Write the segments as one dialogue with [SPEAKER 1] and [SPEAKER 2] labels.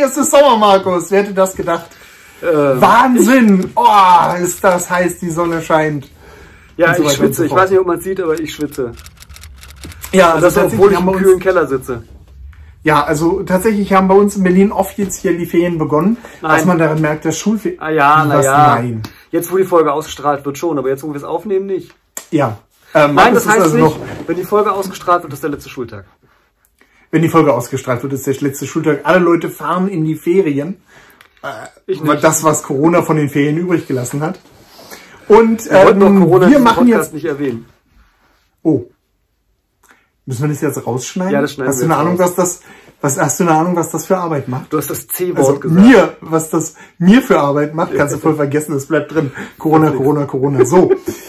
[SPEAKER 1] es ist Sommer, Markus. Wer hätte das gedacht? Wahnsinn! Oh, ist das heiß, die Sonne scheint.
[SPEAKER 2] Ja, ich schwitze. Ich weiß nicht, ob man es sieht, aber ich schwitze.
[SPEAKER 1] Ja, also
[SPEAKER 2] das, obwohl ich im kühlen Keller sitze.
[SPEAKER 1] Ja, also tatsächlich haben bei uns in Berlin offiziell die Ferien begonnen, dass man daran merkt, dass Schulferien...
[SPEAKER 2] Nein. Jetzt, wo die Folge ausgestrahlt wird, schon, aber jetzt, wo wir es aufnehmen, nicht.
[SPEAKER 1] Ja.
[SPEAKER 2] Nein, das heißt also nicht, wenn die Folge ausgestrahlt wird, ist der letzte Schultag.
[SPEAKER 1] Wenn die Folge ausgestrahlt wird, ist der letzte Schultag. Alle Leute fahren in die Ferien.
[SPEAKER 2] Ich nicht.
[SPEAKER 1] Das, was Corona von den Ferien übrig gelassen hat. Und
[SPEAKER 2] wir machen jetzt nicht erwähnen.
[SPEAKER 1] Oh. Müssen wir das jetzt rausschneiden?
[SPEAKER 2] Ja, das schneiden
[SPEAKER 1] hast du eine Ahnung, hast du eine Ahnung, was das für Arbeit macht?
[SPEAKER 2] Du hast das C-Wort gesagt.
[SPEAKER 1] Was das mir für Arbeit macht, kannst du voll vergessen, das bleibt drin. Corona. So.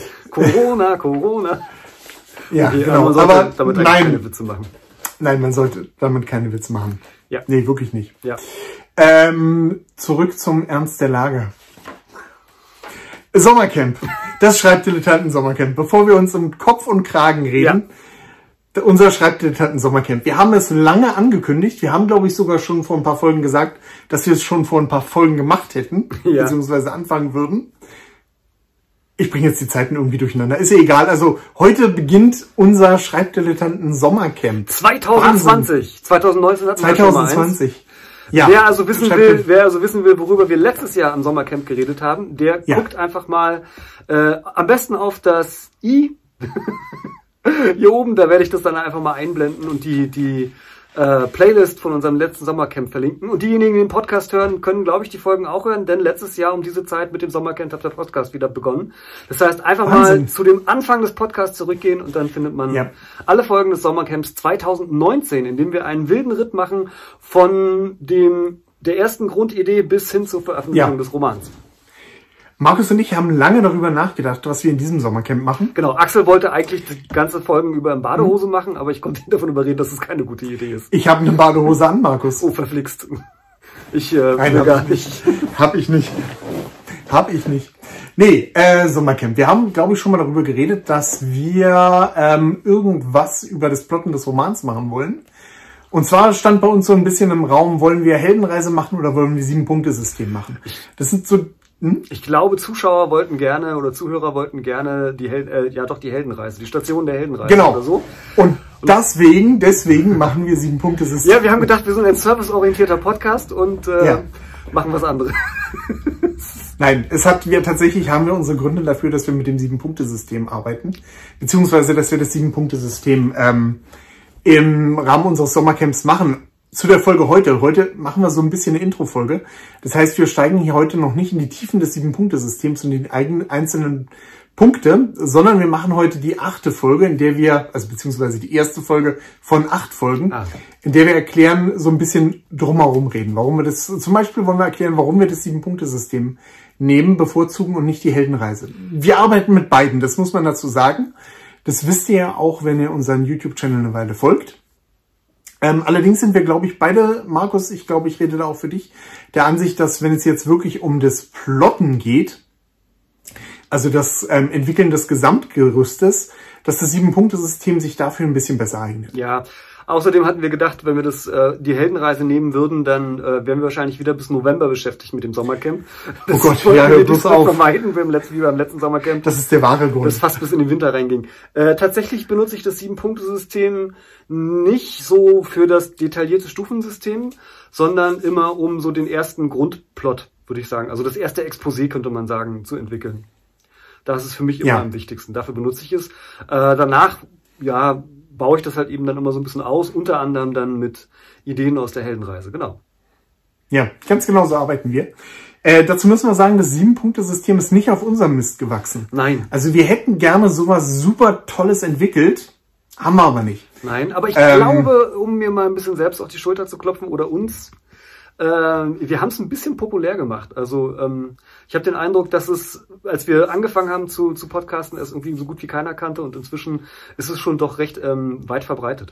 [SPEAKER 2] Corona.
[SPEAKER 1] Ja,
[SPEAKER 2] okay,
[SPEAKER 1] genau.
[SPEAKER 2] Aber damit keine Witze machen.
[SPEAKER 1] Nein, man sollte damit keine Witze machen.
[SPEAKER 2] Ja.
[SPEAKER 1] Nee, wirklich nicht.
[SPEAKER 2] Ja.
[SPEAKER 1] Zurück zum Ernst der Lage. Sommercamp. Das Schreibdilettanten-Sommercamp. Bevor wir uns um Kopf und Kragen reden, unser Schreibdilettanten-Sommercamp. Wir haben es lange angekündigt. Wir haben, glaube ich, sogar schon vor ein paar Folgen gesagt, dass wir es schon vor ein paar Folgen gemacht hätten, beziehungsweise anfangen würden. Ich bringe jetzt die Zeiten irgendwie durcheinander. Ist ja egal. Also heute beginnt unser Schreibdilettanten-Sommercamp.
[SPEAKER 2] 2020. 2019 hatten wir
[SPEAKER 1] 2020. Ja.
[SPEAKER 2] Wer also wissen will, worüber wir letztes Jahr am Sommercamp geredet haben, der guckt einfach mal am besten auf das i hier oben, da werde ich das dann einfach mal einblenden und die Playlist von unserem letzten Sommercamp verlinken. Und diejenigen, die den Podcast hören, können, glaube ich, die Folgen auch hören, denn letztes Jahr um diese Zeit mit dem Sommercamp hat der Podcast wieder begonnen. Das heißt, einfach mal zu dem Anfang des Podcasts zurückgehen und dann findet man alle Folgen des Sommercamps 2019, in dem wir einen wilden Ritt machen von der ersten Grundidee bis hin zur Veröffentlichung des Romans.
[SPEAKER 1] Markus und ich haben lange darüber nachgedacht, was wir in diesem Sommercamp machen.
[SPEAKER 2] Genau, Axel wollte eigentlich die ganze Folgen über in Badehose machen, aber ich konnte ihn davon überreden, dass es keine gute Idee ist.
[SPEAKER 1] Ich habe eine Badehose an, Markus.
[SPEAKER 2] Oh, verflixt. Gar nicht.
[SPEAKER 1] Hab ich nicht. Nee, Sommercamp. Wir haben, glaube ich, schon mal darüber geredet, dass wir irgendwas über das Plotten des Romans machen wollen. Und zwar stand bei uns so ein bisschen im Raum, wollen wir Heldenreise machen oder wollen wir 7-Punkte-System machen? Das sind so...
[SPEAKER 2] Ich glaube, Zuschauer wollten gerne oder Zuhörer wollten gerne die Heldenreise, die Station der Heldenreise oder so.
[SPEAKER 1] Und deswegen machen wir 7-Punkte-System.
[SPEAKER 2] Ja, wir haben gedacht, wir sind ein serviceorientierter Podcast und machen was anderes.
[SPEAKER 1] Nein, tatsächlich haben wir unsere Gründe dafür, dass wir mit dem 7-Punkte-System arbeiten, beziehungsweise dass wir das 7-Punkte-System im Rahmen unseres Sommercamps machen. Zu der Folge heute. Heute machen wir so ein bisschen eine Intro-Folge. Das heißt, wir steigen hier heute noch nicht in die Tiefen des 7-Punkte-Systems und die einzelnen Punkte, sondern wir machen heute die 8. Folge, in der wir, beziehungsweise die erste Folge von 8 Folgen, in der wir erklären, so ein bisschen drumherum reden. Zum Beispiel wollen wir erklären, warum wir das 7-Punkte-System nehmen, bevorzugen und nicht die Heldenreise. Wir arbeiten mit beiden, das muss man dazu sagen. Das wisst ihr ja auch, wenn ihr unseren YouTube-Channel eine Weile folgt. Allerdings sind wir, glaube ich, beide, Markus, ich glaube, ich rede da auch für dich, der Ansicht, dass wenn es jetzt wirklich um das Plotten geht, also das Entwickeln des Gesamtgerüstes, dass das 7-Punkte-System sich dafür ein bisschen besser eignet.
[SPEAKER 2] Ja, außerdem hatten wir gedacht, wenn wir die Heldenreise nehmen würden, dann wären wir wahrscheinlich wieder bis November beschäftigt mit dem Sommercamp.
[SPEAKER 1] Oh Gott, hör bloß auf.
[SPEAKER 2] Vermeiden wie beim letzten Sommercamp.
[SPEAKER 1] Das ist der wahre Grund.
[SPEAKER 2] Das fast bis in den Winter reinging. Tatsächlich benutze ich das 7-Punkte-System nicht so für das detaillierte Stufensystem, sondern immer um so den ersten Grundplot, würde ich sagen. Also das erste Exposé, könnte man sagen, zu entwickeln. Das ist für mich immer am wichtigsten. Dafür benutze ich es. Danach, baue ich das halt eben dann immer so ein bisschen aus, unter anderem dann mit Ideen aus der Heldenreise, genau.
[SPEAKER 1] Ja, ganz genau so arbeiten wir. Dazu müssen wir sagen, das 7-Punkte-System ist nicht auf unserem Mist gewachsen.
[SPEAKER 2] Nein.
[SPEAKER 1] Also wir hätten gerne sowas super Tolles entwickelt, haben wir aber nicht.
[SPEAKER 2] Nein, aber ich glaube, um mir mal ein bisschen selbst auf die Schulter zu klopfen oder uns, wir haben es ein bisschen populär gemacht. Also ich habe den Eindruck, dass es, als wir angefangen haben zu podcasten, es irgendwie so gut wie keiner kannte und inzwischen ist es schon doch recht weit verbreitet.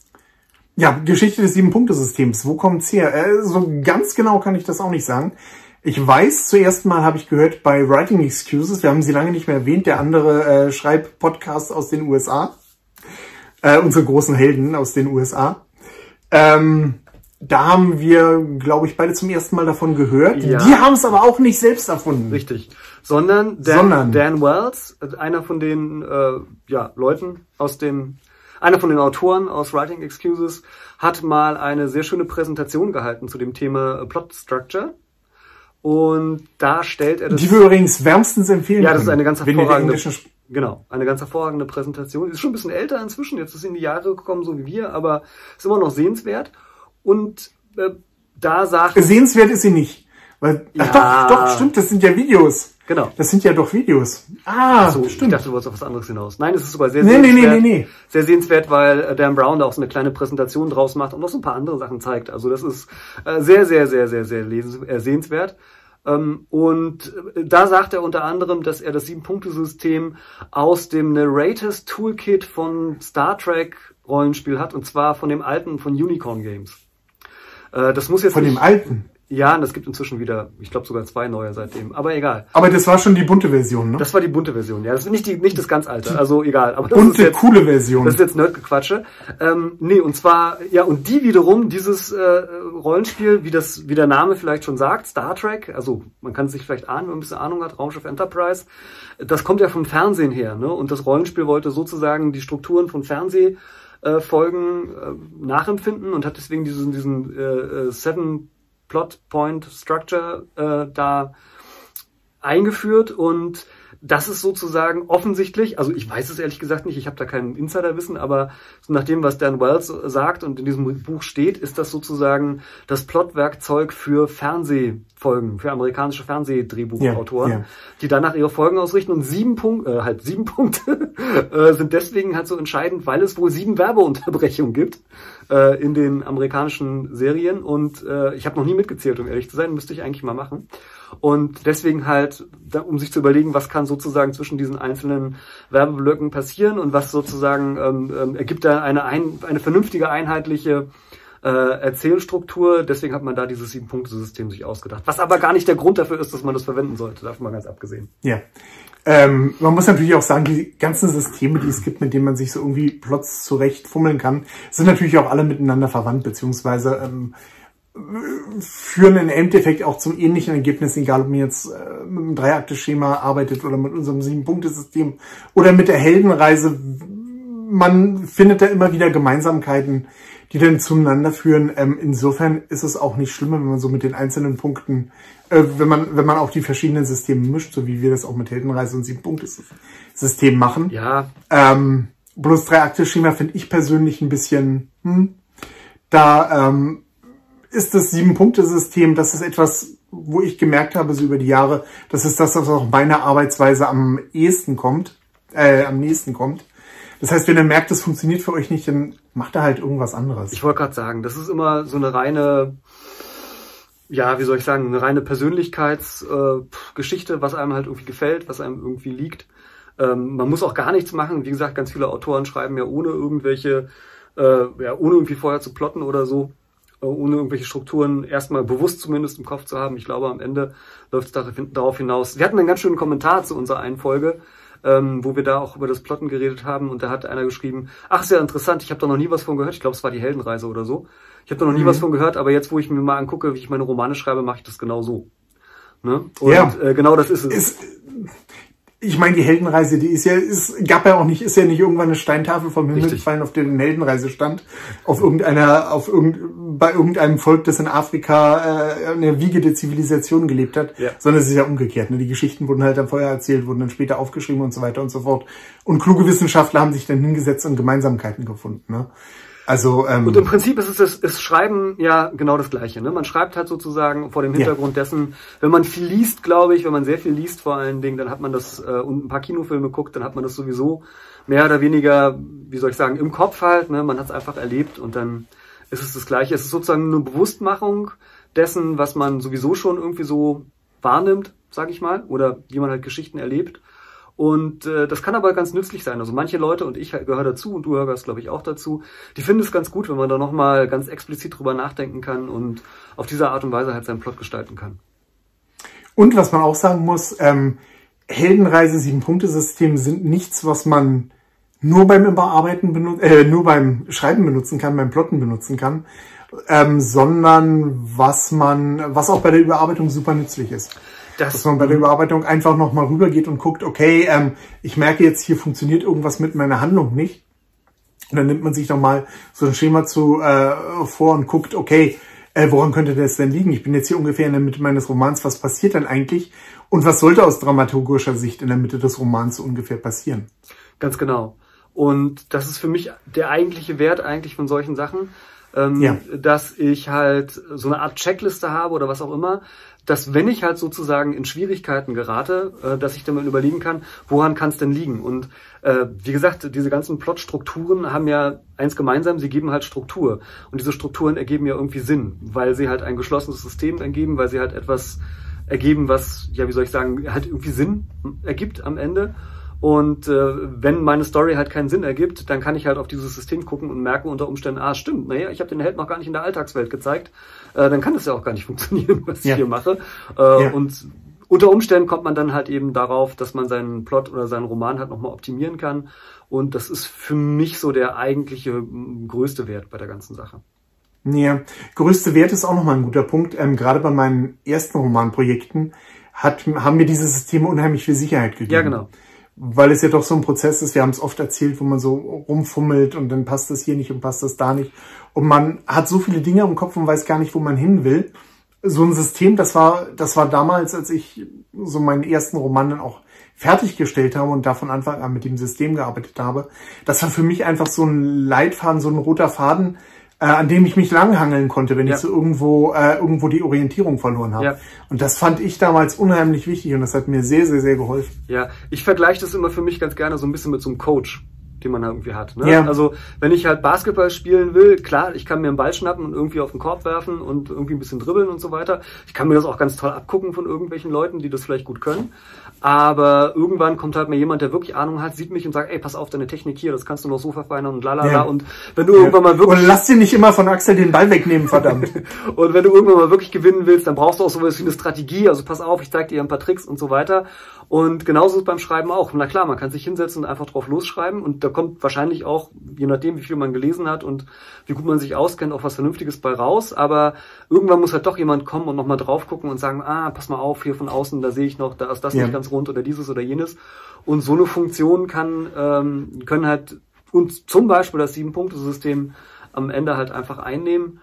[SPEAKER 1] Ja, Geschichte des 7-Punkte-Systems. Wo kommt's her? So ganz genau kann ich das auch nicht sagen. Ich weiß, zuerst mal habe ich gehört bei Writing Excuses, wir haben sie lange nicht mehr erwähnt, der andere Schreib-Podcast aus den USA. Unsere großen Helden aus den USA. Da haben wir, glaube ich, beide zum ersten Mal davon gehört.
[SPEAKER 2] Ja.
[SPEAKER 1] Die haben es aber auch nicht selbst erfunden.
[SPEAKER 2] Richtig. Sondern Dan Wells, einer von den Leuten einer von den Autoren aus Writing Excuses, hat mal eine sehr schöne Präsentation gehalten zu dem Thema Plot Structure. Und da stellt er das...
[SPEAKER 1] Die wir übrigens wärmstens empfehlen.
[SPEAKER 2] Ja, das ist eine ganz hervorragende...
[SPEAKER 1] Genau,
[SPEAKER 2] eine ganz hervorragende Präsentation. Ist schon ein bisschen älter inzwischen, jetzt ist in die Jahre gekommen, so wie wir, aber ist immer noch sehenswert. Und da sagt...
[SPEAKER 1] Sehenswert ist sie nicht. Weil,
[SPEAKER 2] ja,
[SPEAKER 1] doch, stimmt, das sind ja Videos.
[SPEAKER 2] Genau.
[SPEAKER 1] Das sind ja doch Videos. Ah,
[SPEAKER 2] so,
[SPEAKER 1] stimmt.
[SPEAKER 2] Ich dachte, du wolltest auf was anderes hinaus. Nein, es ist sogar sehr sehenswert.
[SPEAKER 1] Nee.
[SPEAKER 2] Sehr sehenswert, weil Dan Brown da auch so eine kleine Präsentation draus macht und noch so ein paar andere Sachen zeigt. Also das ist sehr sehenswert. Und da sagt er unter anderem, dass er das 7-Punkte-System aus dem Narrators Toolkit von Star Trek Rollenspiel hat, und zwar von dem alten, von Unicorn Games. Das muss jetzt
[SPEAKER 1] von dem alten?
[SPEAKER 2] Ja, und es gibt inzwischen wieder, ich glaube sogar 2 neue seitdem, aber egal.
[SPEAKER 1] Aber das war schon die bunte Version, ne?
[SPEAKER 2] Das war die bunte Version, ja. Das ist nicht das ganz alte, also egal. Aber das
[SPEAKER 1] bunte,
[SPEAKER 2] ist jetzt,
[SPEAKER 1] coole Version.
[SPEAKER 2] Das ist jetzt Nerdgequatsche. Nee, und zwar, ja, und die wiederum, dieses Rollenspiel, wie der Name vielleicht schon sagt, Star Trek, also man kann es sich vielleicht ahnen, wenn man ein bisschen Ahnung hat, Raumschiff Enterprise, das kommt ja vom Fernsehen her, ne? Und das Rollenspiel wollte sozusagen die Strukturen von Fernsehfolgen nachempfinden und hat deswegen diesen 7 Plot Point Structure da eingeführt, und das ist sozusagen offensichtlich, also ich weiß es ehrlich gesagt nicht, ich habe da kein Insiderwissen, aber nach dem, was Dan Wells sagt und in diesem Buch steht, ist das sozusagen das Plotwerkzeug für Fernsehfolgen, für amerikanische Fernsehdrehbuchautoren, die danach ihre Folgen ausrichten, und 7 Punkte sind deswegen halt so entscheidend, weil es wohl 7 Werbeunterbrechungen gibt in den amerikanischen Serien, und ich habe noch nie mitgezählt, um ehrlich zu sein, müsste ich eigentlich mal machen. Und deswegen halt, um sich zu überlegen, was kann sozusagen zwischen diesen einzelnen Werbeblöcken passieren und was sozusagen ergibt da eine vernünftige, einheitliche Erzählstruktur. Deswegen hat man da dieses 7-Punkte-System sich ausgedacht. Was aber gar nicht der Grund dafür ist, dass man das verwenden sollte. Davon mal ganz abgesehen.
[SPEAKER 1] Ja. Man muss natürlich auch sagen, die ganzen Systeme, die es gibt, mit denen man sich so irgendwie Plots zurechtfummeln kann, sind natürlich auch alle miteinander verwandt, beziehungsweise führen im Endeffekt auch zum ähnlichen Ergebnis, egal ob man jetzt mit einem 3-Akte-Schema arbeitet oder mit unserem 7-Punkte-System oder mit der Heldenreise. Man findet da immer wieder Gemeinsamkeiten, die dann zueinander führen. Insofern ist es auch nicht schlimm, wenn man so mit den einzelnen Punkten, wenn man auch die verschiedenen Systeme mischt, so wie wir das auch mit Heldenreise und 7-Punkte-System machen.
[SPEAKER 2] Ja.
[SPEAKER 1] Bloß 3-Akte-Schema finde ich persönlich ein bisschen, ist das 7-Punkte-System, das ist etwas, wo ich gemerkt habe, so über die Jahre, das ist das, was auch meiner Arbeitsweise am nächsten kommt. Das heißt, wenn ihr merkt, das funktioniert für euch nicht, dann macht er halt irgendwas anderes.
[SPEAKER 2] Ich wollte gerade sagen, das ist immer so eine reine, ja, wie soll ich sagen, eine reine Persönlichkeitsgeschichte, was einem halt irgendwie gefällt, was einem irgendwie liegt. Man muss auch gar nichts machen. Wie gesagt, ganz viele Autoren schreiben ja ohne ohne irgendwie vorher zu plotten oder so. Ohne irgendwelche Strukturen erstmal bewusst zumindest im Kopf zu haben. Ich glaube, am Ende läuft es darauf hinaus. Wir hatten einen ganz schönen Kommentar zu unserer einen Folge, wo wir da auch über das Plotten geredet haben, und da hat einer geschrieben, ach, sehr interessant, ich habe da noch nie was von gehört. Ich glaube, es war die Heldenreise oder so. Ich habe da noch nie was von gehört, aber jetzt, wo ich mir mal angucke, wie ich meine Romane schreibe, mache ich das genau so. Ne? Und genau das ist es.
[SPEAKER 1] Ich meine, die Heldenreise, ist ja nicht irgendwann eine Steintafel vom Himmel gefallen, auf der eine Heldenreise stand, bei irgendeinem Volk, das in Afrika eine Wiege der Zivilisation gelebt hat, sondern es ist ja umgekehrt. Ne? Die Geschichten wurden halt dann vorher erzählt, wurden dann später aufgeschrieben und so weiter und so fort. Und kluge Wissenschaftler haben sich dann hingesetzt und Gemeinsamkeiten gefunden. Ne? Also,
[SPEAKER 2] und im Prinzip ist Schreiben ja genau das Gleiche. Ne? Man schreibt halt sozusagen vor dem Hintergrund dessen, wenn man viel liest, glaube ich, wenn man sehr viel liest vor allen Dingen, dann hat man das und ein paar Kinofilme guckt, dann hat man das sowieso mehr oder weniger, wie soll ich sagen, im Kopf halt. Ne? Man hat es einfach erlebt, und dann ist es das Gleiche. Es ist sozusagen eine Bewusstmachung dessen, was man sowieso schon irgendwie so wahrnimmt, sage ich mal, oder wie man halt Geschichten erlebt. Und das kann aber ganz nützlich sein. Also manche Leute, und ich gehöre dazu, und du gehörst, glaube ich, auch dazu, die finden es ganz gut, wenn man da nochmal ganz explizit drüber nachdenken kann und auf diese Art und Weise halt seinen Plot gestalten kann.
[SPEAKER 1] Und was man auch sagen muss, Heldenreise, 7-Punkte-System sind nichts, was man nur beim Schreiben benutzen kann, beim Plotten benutzen kann, sondern was auch bei der Überarbeitung super nützlich ist. Dass man bei der Überarbeitung einfach nochmal rübergeht und guckt, okay, ich merke jetzt, hier funktioniert irgendwas mit meiner Handlung nicht. Und dann nimmt man sich nochmal so ein Schema vor und guckt, okay, woran könnte das denn liegen? Ich bin jetzt hier ungefähr in der Mitte meines Romans, was passiert denn eigentlich? Und was sollte aus dramaturgischer Sicht in der Mitte des Romans so ungefähr passieren?
[SPEAKER 2] Ganz genau. Und das ist für mich der eigentliche Wert eigentlich von solchen Sachen, dass ich halt so eine Art Checkliste habe oder was auch immer, dass wenn ich halt sozusagen in Schwierigkeiten gerate, dass ich dann mal überlegen kann, woran kann es denn liegen? Und wie gesagt, diese ganzen Plotstrukturen haben ja eins gemeinsam, sie geben halt Struktur. Und diese Strukturen ergeben ja irgendwie Sinn, weil sie halt ein geschlossenes System ergeben, weil sie halt etwas ergeben, was, ja, wie soll ich sagen, halt irgendwie Sinn ergibt am Ende. Und wenn meine Story halt keinen Sinn ergibt, dann kann ich halt auf dieses System gucken und merken unter Umständen, stimmt, naja, ich habe den Held noch gar nicht in der Alltagswelt gezeigt. Dann kann das ja auch gar nicht funktionieren, was ich hier mache. Und unter Umständen kommt man dann halt eben darauf, dass man seinen Plot oder seinen Roman halt nochmal optimieren kann. Und das ist für mich so der eigentliche größte Wert bei der ganzen Sache.
[SPEAKER 1] Ja, größte Wert ist auch nochmal ein guter Punkt. Gerade bei meinen ersten Romanprojekten haben mir diese Systeme unheimlich viel Sicherheit gegeben.
[SPEAKER 2] Ja, genau.
[SPEAKER 1] Weil es ja doch so ein Prozess ist, wir haben es oft erzählt, wo man so rumfummelt und dann passt das hier nicht und passt das da nicht. Und man hat so viele Dinge im Kopf und weiß gar nicht, wo man hin will. So ein System, das war damals, als ich so meinen ersten Roman dann auch fertiggestellt habe und da von Anfang an mit dem System gearbeitet habe. Das war für mich einfach so ein Leitfaden, so ein roter Faden, an dem ich mich langhangeln konnte, wenn ich so irgendwo die Orientierung verloren habe. Ja. Und das fand ich damals unheimlich wichtig und das hat mir sehr, sehr, sehr geholfen.
[SPEAKER 2] Ja, ich vergleiche das immer für mich ganz gerne so ein bisschen mit so einem Coach, den man irgendwie hat. Ne? Ja. Also wenn ich halt Basketball spielen will, klar, ich kann mir einen Ball schnappen und irgendwie auf den Korb werfen und irgendwie ein bisschen dribbeln und so weiter. Ich kann mir das auch ganz toll abgucken von irgendwelchen Leuten, die das vielleicht gut können. Aber irgendwann kommt halt mal jemand, der wirklich Ahnung hat, sieht mich und sagt, ey, pass auf, deine Technik hier, das kannst du noch so verfeinern und lalala. Ja. Und wenn du irgendwann mal wirklich...
[SPEAKER 1] Und lass dir nicht immer von Axel den Ball wegnehmen, verdammt.
[SPEAKER 2] Und wenn du irgendwann mal wirklich gewinnen willst, dann brauchst du auch sowas wie eine Strategie. Also pass auf, ich zeig dir ein paar Tricks und so weiter. Und genauso ist es beim Schreiben auch. Na klar, man kann sich hinsetzen und einfach drauf losschreiben. Und da kommt wahrscheinlich auch, je nachdem, wie viel man gelesen hat und wie gut man sich auskennt, auch was Vernünftiges bei raus. Aber irgendwann muss halt doch jemand kommen und nochmal drauf gucken und sagen, pass mal auf, hier von außen, da sehe ich noch, da ist das nicht ganz rund oder dieses oder jenes. Und so eine Funktion können halt uns zum Beispiel das 7-Punkte-System am Ende halt einfach einnehmen.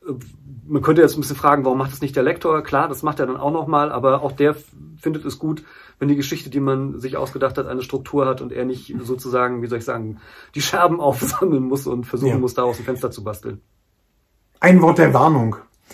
[SPEAKER 2] Man könnte jetzt ein bisschen fragen, warum macht das nicht der Lektor? Klar, das macht er dann auch nochmal, aber auch der findet es gut, wenn die Geschichte, die man sich ausgedacht hat, eine Struktur hat und er nicht sozusagen, wie soll ich sagen, die Scherben aufsammeln muss und versuchen muss, da aus dem Fenster zu basteln.
[SPEAKER 1] Ein Wort der Warnung.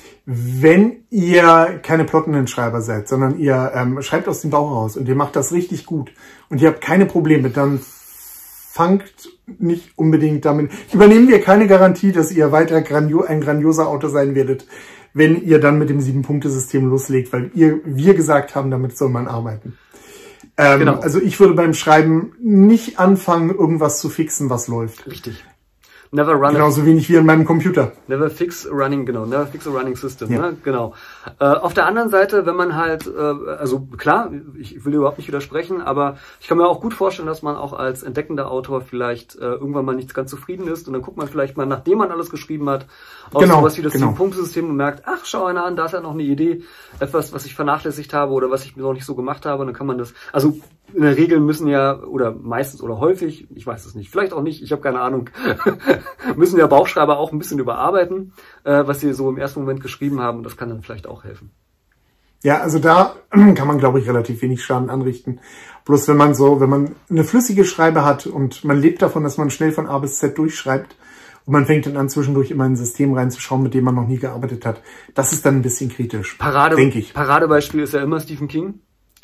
[SPEAKER 1] Wenn ihr keine plottenden Schreiber seid, sondern ihr schreibt aus dem Bauch raus und ihr macht das richtig gut und ihr habt keine Probleme, dann fangt nicht unbedingt damit. Übernehmen wir keine Garantie, dass ihr weiter ein grandioser Autor sein werdet, wenn ihr dann mit dem 7-Punkte-System loslegt, weil wir gesagt haben, damit soll man arbeiten. Genau. Also ich würde beim Schreiben nicht anfangen, irgendwas zu fixen, was läuft.
[SPEAKER 2] Richtig. Never run
[SPEAKER 1] genauso wenig wie in meinem Computer.
[SPEAKER 2] Never fix a running system, ja. Ne? Genau. Auf der anderen Seite, wenn man halt, also klar, ich will überhaupt nicht widersprechen, aber ich kann mir auch gut vorstellen, dass man auch als entdeckender Autor vielleicht irgendwann mal nicht ganz zufrieden ist und dann guckt man vielleicht mal, nachdem man alles geschrieben hat, auf sowas wie das 7-Punkte-System und merkt, ach, schau einer an, da ist ja noch eine Idee, etwas, was ich vernachlässigt habe oder was ich noch nicht so gemacht habe, und dann kann man das, also in der Regel müssen ja, oder meistens oder häufig, ich weiß es nicht, vielleicht auch nicht, ich habe keine Ahnung, müssen ja Bauchschreiber auch ein bisschen überarbeiten, was sie so im ersten Moment geschrieben haben, und das kann dann vielleicht auch helfen.
[SPEAKER 1] Ja, also da kann man, glaube ich, relativ wenig Schaden anrichten. Bloß wenn man eine flüssige Schreibe hat und man lebt davon, dass man schnell von A bis Z durchschreibt und man fängt dann an, zwischendurch immer in ein System reinzuschauen, mit dem man noch nie gearbeitet hat, das ist dann ein bisschen kritisch, denke ich.
[SPEAKER 2] Paradebeispiel ist ja immer Stephen King,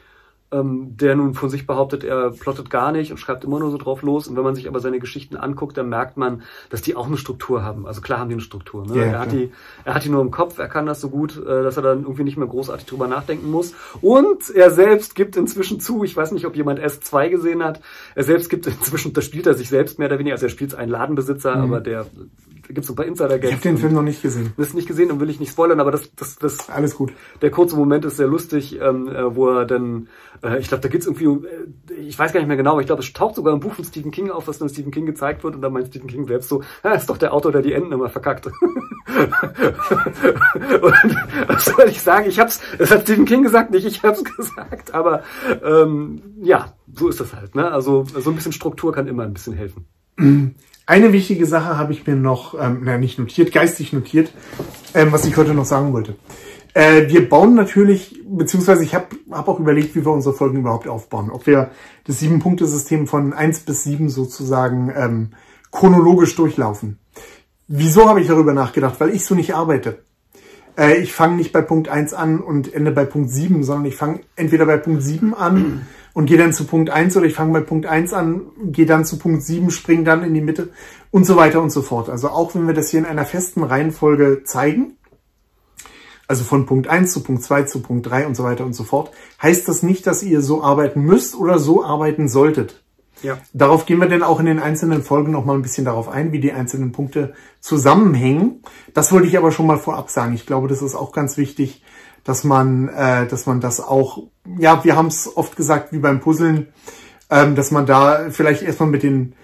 [SPEAKER 2] der nun von sich behauptet, er plottet gar nicht und schreibt immer nur so drauf los. Und wenn man sich aber seine Geschichten anguckt, dann merkt man, dass die auch eine Struktur haben. Also klar haben die eine Struktur. Ne? Yeah, er hat die nur im Kopf, er kann das so gut, dass er dann irgendwie nicht mehr großartig drüber nachdenken muss. Und er selbst gibt inzwischen zu, ich weiß nicht, ob jemand S2 gesehen hat, er selbst gibt inzwischen, da spielt er sich selbst mehr oder weniger, also er spielt einen Ladenbesitzer, aber da gibt es ein paar Insider-Gags.
[SPEAKER 1] Ich habe den Film noch nicht gesehen.
[SPEAKER 2] Das ist nicht gesehen und will ich nicht spoilern, aber das
[SPEAKER 1] alles gut.
[SPEAKER 2] Der kurze Moment ist sehr lustig, wo er dann, ich glaube, da geht's irgendwie, ich weiß gar nicht mehr genau, aber ich glaube, es taucht sogar im Buch von Stephen King auf, was dann Stephen King gezeigt wird, und dann meint Stephen King selbst so, ist doch der Autor, der die Enden immer verkackt. Und was soll ich sagen? Das hat Stephen King gesagt, nicht ich hab's gesagt, aber ja, so ist das halt. Ne? Also so ein bisschen Struktur kann immer ein bisschen helfen.
[SPEAKER 1] Eine wichtige Sache habe ich mir noch, nicht notiert, geistig notiert, was ich heute noch sagen wollte. Wir bauen natürlich, beziehungsweise ich habe auch überlegt, wie wir unsere Folgen überhaupt aufbauen. Ob wir das 7-Punkte-System von 1 bis 7 sozusagen chronologisch durchlaufen. Wieso habe ich darüber nachgedacht? Weil ich so nicht arbeite. Ich fange nicht bei Punkt 1 an und ende bei Punkt 7, sondern ich fange entweder bei Punkt 7 an und gehe dann zu Punkt 1 oder ich fange bei Punkt 1 an, gehe dann zu Punkt 7, springe dann in die Mitte und so weiter und so fort. Also auch wenn wir das hier in einer festen Reihenfolge zeigen, also von Punkt 1 zu Punkt 2 zu Punkt 3 und so weiter und so fort, heißt das nicht, dass ihr so arbeiten müsst oder so arbeiten solltet.
[SPEAKER 2] Ja.
[SPEAKER 1] Darauf gehen wir dann auch in den einzelnen Folgen noch mal ein bisschen darauf ein, wie die einzelnen Punkte zusammenhängen. Das wollte ich aber schon mal vorab sagen. Ich glaube, das ist auch ganz wichtig, dass man das auch, ja, wir haben es oft gesagt, wie beim Puzzeln, dass man da vielleicht erstmal mit den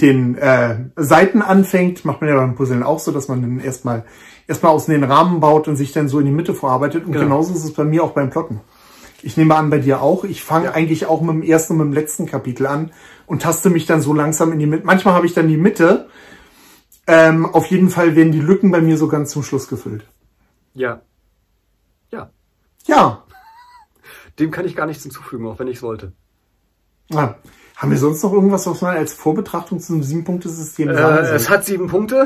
[SPEAKER 1] Seiten anfängt. Macht man ja beim Puzzeln auch so, dass man dann erstmal außen den Rahmen baut und sich dann so in die Mitte vorarbeitet. Und genauso ist es bei mir auch beim Plotten. Ich nehme an, bei dir auch. Ich fange eigentlich auch mit dem ersten und mit dem letzten Kapitel an und taste mich dann so langsam in die Mitte. Manchmal habe ich dann die Mitte. Auf jeden Fall werden die Lücken bei mir so ganz zum Schluss gefüllt.
[SPEAKER 2] Ja. Ja.
[SPEAKER 1] Ja.
[SPEAKER 2] Dem kann ich gar nichts hinzufügen, auch wenn ich es wollte.
[SPEAKER 1] Ja. Haben wir sonst noch irgendwas, was man als Vorbetrachtung zu einem 7-Punkte-System sagen soll?
[SPEAKER 2] Es hat 7 Punkte.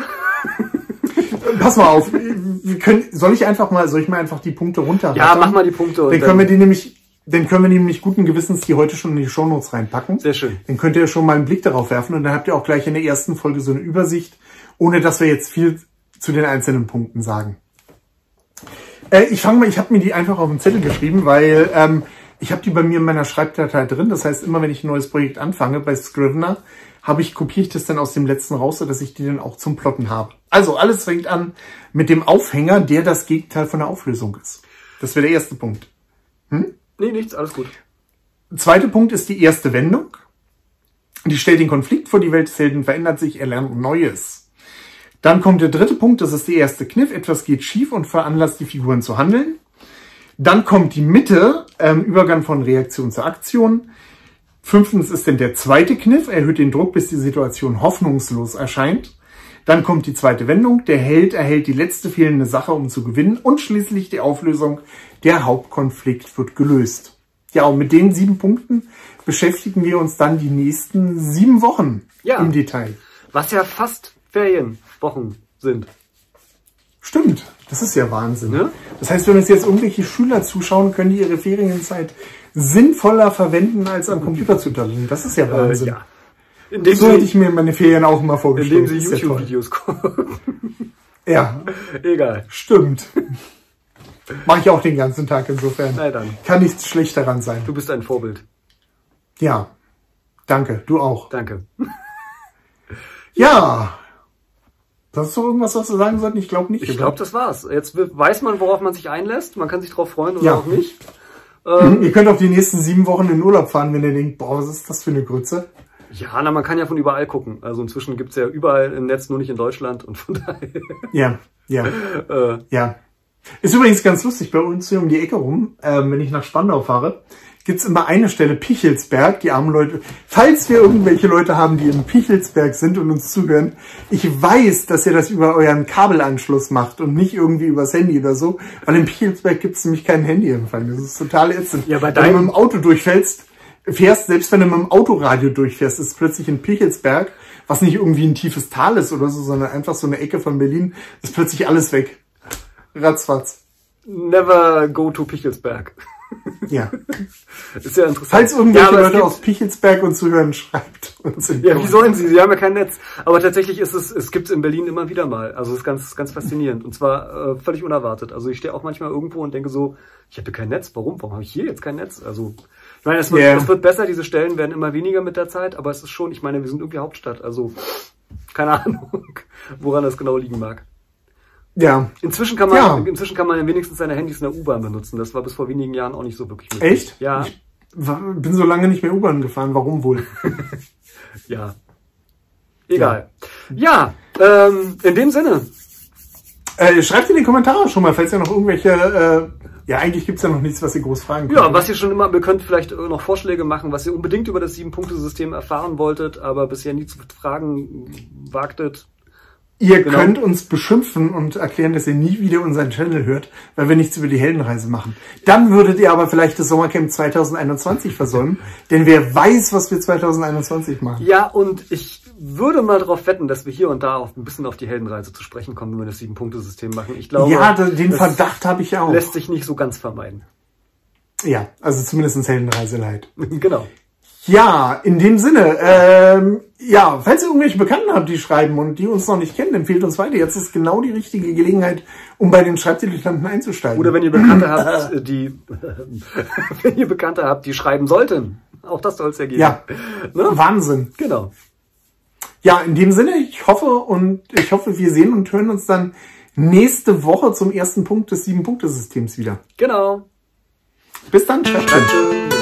[SPEAKER 1] Pass mal auf, soll ich mal einfach die Punkte runterrattern?
[SPEAKER 2] Ja, mach mal die Punkte.
[SPEAKER 1] Dann können wir nämlich guten Gewissens die heute schon in die Shownotes reinpacken.
[SPEAKER 2] Sehr schön.
[SPEAKER 1] Dann könnt ihr schon mal einen Blick darauf werfen und dann habt ihr auch gleich in der ersten Folge so eine Übersicht, ohne dass wir jetzt viel zu den einzelnen Punkten sagen. Ich habe mir die einfach auf den Zettel geschrieben, weil ich habe die bei mir in meiner Schreibdatei drin. Das heißt, immer wenn ich ein neues Projekt anfange bei Scrivener, kopiere ich das dann aus dem letzten raus, sodass ich die dann auch zum Plotten habe. Also alles fängt an mit dem Aufhänger, der das Gegenteil von der Auflösung ist. Das wäre der erste Punkt.
[SPEAKER 2] Nee, nichts, alles gut.
[SPEAKER 1] Zweiter Punkt ist die erste Wendung. Die stellt den Konflikt vor, die Welt des Helden verändert sich, er lernt Neues. Dann kommt der dritte Punkt, das ist der erste Kniff. Etwas geht schief und veranlasst die Figuren zu handeln. Dann kommt die Mitte, Übergang von Reaktion zur Aktion. 5. ist dann der zweite Kniff, erhöht den Druck, bis die Situation hoffnungslos erscheint. Dann kommt die zweite Wendung, der Held erhält die letzte fehlende Sache, um zu gewinnen. Und schließlich die Auflösung, der Hauptkonflikt wird gelöst. Ja, und mit den 7 Punkten beschäftigen wir uns dann die nächsten 7 Wochen im Detail.
[SPEAKER 2] Was ja fast Ferienwochen sind.
[SPEAKER 1] Stimmt, das ist ja Wahnsinn.
[SPEAKER 2] Ne?
[SPEAKER 1] Das heißt, wenn uns jetzt irgendwelche Schüler zuschauen, können die ihre Ferienzeit sinnvoller verwenden, als am Computer zu unterrichten. Das ist ja Wahnsinn.
[SPEAKER 2] Ja.
[SPEAKER 1] So hätte ich mir meine Ferien auch mal vorgestellt.
[SPEAKER 2] Indem sie YouTube-Videos gucken.
[SPEAKER 1] Ja.
[SPEAKER 2] Egal.
[SPEAKER 1] Stimmt. Mache ich auch den ganzen Tag insofern.
[SPEAKER 2] Na dann.
[SPEAKER 1] Kann nichts schlecht daran sein.
[SPEAKER 2] Du bist ein Vorbild.
[SPEAKER 1] Ja. Danke. Du auch.
[SPEAKER 2] Danke.
[SPEAKER 1] Ja. Sonst noch irgendwas, was wir sagen sollten? Ich glaube nicht.
[SPEAKER 2] Ich glaube, das war's. Jetzt weiß man, worauf man sich einlässt. Man kann sich drauf freuen oder auch nicht.
[SPEAKER 1] Ihr könnt auch die nächsten 7 Wochen in Urlaub fahren, wenn ihr denkt, boah, was ist das für eine Grütze?
[SPEAKER 2] Ja, man kann ja von überall gucken. Also inzwischen gibt's ja überall im Netz, nur nicht in Deutschland. Und von daher...
[SPEAKER 1] Ja. Ist übrigens ganz lustig, bei uns hier um die Ecke rum, wenn ich nach Spandau fahre, gibt's immer eine Stelle, Pichelsberg, die armen Leute. Falls wir irgendwelche Leute haben, die in Pichelsberg sind und uns zuhören, ich weiß, dass ihr das über euren Kabelanschluss macht und nicht irgendwie übers Handy oder so, weil in Pichelsberg gibt's nämlich kein Handyempfang. Das ist total ätzend.
[SPEAKER 2] Ja,
[SPEAKER 1] wenn du mit dem Auto fährst, selbst wenn du mit dem Autoradio durchfährst, ist plötzlich in Pichelsberg, was nicht irgendwie ein tiefes Tal ist oder so, sondern einfach so eine Ecke von Berlin, ist plötzlich alles weg. Ratzfatz.
[SPEAKER 2] Never go to Pichelsberg.
[SPEAKER 1] Ja.
[SPEAKER 2] Ist ja interessant.
[SPEAKER 1] Falls irgendwelche Leute aus Pichelsberg uns zuhören, schreibt uns.
[SPEAKER 2] Ja, wie sollen sie? Sie haben ja kein Netz. Aber tatsächlich es gibt's in Berlin immer wieder mal. Also es ist ganz, ganz faszinierend. Und zwar völlig unerwartet. Also ich stehe auch manchmal irgendwo und denke so, ich hatte kein Netz. Warum? Warum habe ich hier jetzt kein Netz? Also ich meine, es wird besser. Diese Stellen werden immer weniger mit der Zeit. Aber es ist schon, ich meine, wir sind irgendwie Hauptstadt. Also keine Ahnung, woran das genau liegen mag.
[SPEAKER 1] Ja.
[SPEAKER 2] Inzwischen kann man wenigstens seine Handys in der U-Bahn benutzen. Das war bis vor wenigen Jahren auch nicht so wirklich möglich.
[SPEAKER 1] Echt?
[SPEAKER 2] Ja.
[SPEAKER 1] Ich bin so lange nicht mehr U-Bahn gefahren. Warum wohl?
[SPEAKER 2] Ja. Egal. Ja, in dem Sinne.
[SPEAKER 1] Schreibt in die Kommentare schon mal, falls ihr noch irgendwelche... ja, eigentlich gibt's ja noch nichts, was ihr groß fragen könnt.
[SPEAKER 2] Ja, was ihr schon immer... Wir könnt vielleicht noch Vorschläge machen, was ihr unbedingt über das 7-Punkte-System erfahren wolltet, aber bisher nie zu fragen wagtet.
[SPEAKER 1] Ihr könnt uns beschimpfen und erklären, dass ihr nie wieder unseren Channel hört, weil wir nichts über die Heldenreise machen. Dann würdet ihr aber vielleicht das Sommercamp 2021 versäumen, denn wer weiß, was wir 2021 machen.
[SPEAKER 2] Ja, und ich würde mal darauf wetten, dass wir hier und da auch ein bisschen auf die Heldenreise zu sprechen kommen, wenn wir das 7-Punkte-System machen. Ich glaube,
[SPEAKER 1] ja, den Verdacht habe ich auch.
[SPEAKER 2] Lässt sich nicht so ganz vermeiden.
[SPEAKER 1] Ja, also zumindest Heldenreise leid.
[SPEAKER 2] Genau.
[SPEAKER 1] Ja, in dem Sinne, ja, falls ihr irgendwelche Bekannten habt, die schreiben und die uns noch nicht kennen, empfehlt uns weiter. Jetzt ist genau die richtige Gelegenheit, um bei den Schreibdilettanten einzusteigen.
[SPEAKER 2] Oder wenn ihr Bekannte habt, wenn ihr Bekannte habt, die schreiben sollten. Auch das soll es ja geben.
[SPEAKER 1] Ja, ne? Wahnsinn.
[SPEAKER 2] Genau.
[SPEAKER 1] Ja, in dem Sinne, ich hoffe, wir sehen und hören uns dann nächste Woche zum ersten Punkt des 7-Punkte-Systems wieder.
[SPEAKER 2] Genau.
[SPEAKER 1] Bis dann, Chefchen.